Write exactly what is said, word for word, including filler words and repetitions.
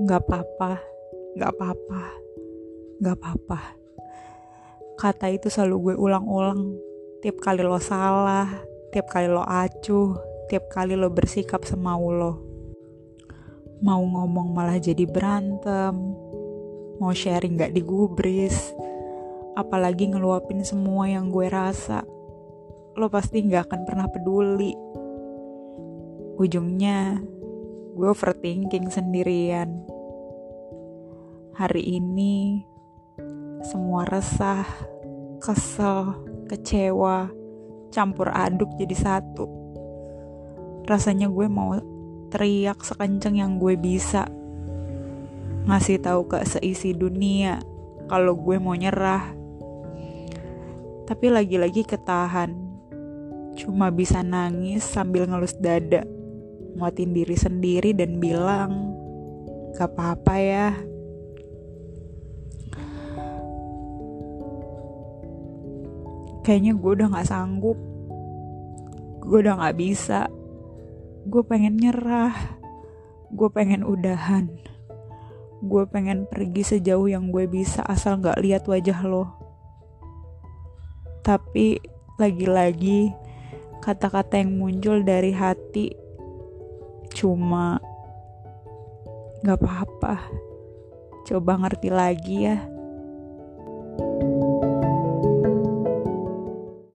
Gak apa-apa, gak apa-apa, gak apa-apa. Kata itu selalu gue ulang-ulang. Tiap kali lo salah, tiap kali lo acuh, tiap kali lo bersikap semau lo. Mau ngomong malah jadi berantem, mau sharing gak digubris, apalagi ngeluapin semua yang gue rasa. Lo pasti gak akan pernah peduli. Ujungnya gue overthinking sendirian. Hari ini semua resah, kesel, kecewa, campur aduk jadi satu. Rasanya gue mau teriak sekenceng yang gue bisa, ngasih tahu ke seisi dunia kalau gue mau nyerah. Tapi lagi-lagi ketahan, cuma bisa nangis sambil ngelus dada, nguatin diri sendiri dan bilang, gak apa-apa ya. Kayaknya gue udah gak sanggup, gue udah gak bisa, gue pengen nyerah, gue pengen udahan, gue pengen pergi sejauh yang gue bisa asal gak lihat wajah lo. Tapi lagi-lagi kata-kata yang muncul dari hati cuma gak apa-apa, coba ngerti lagi ya.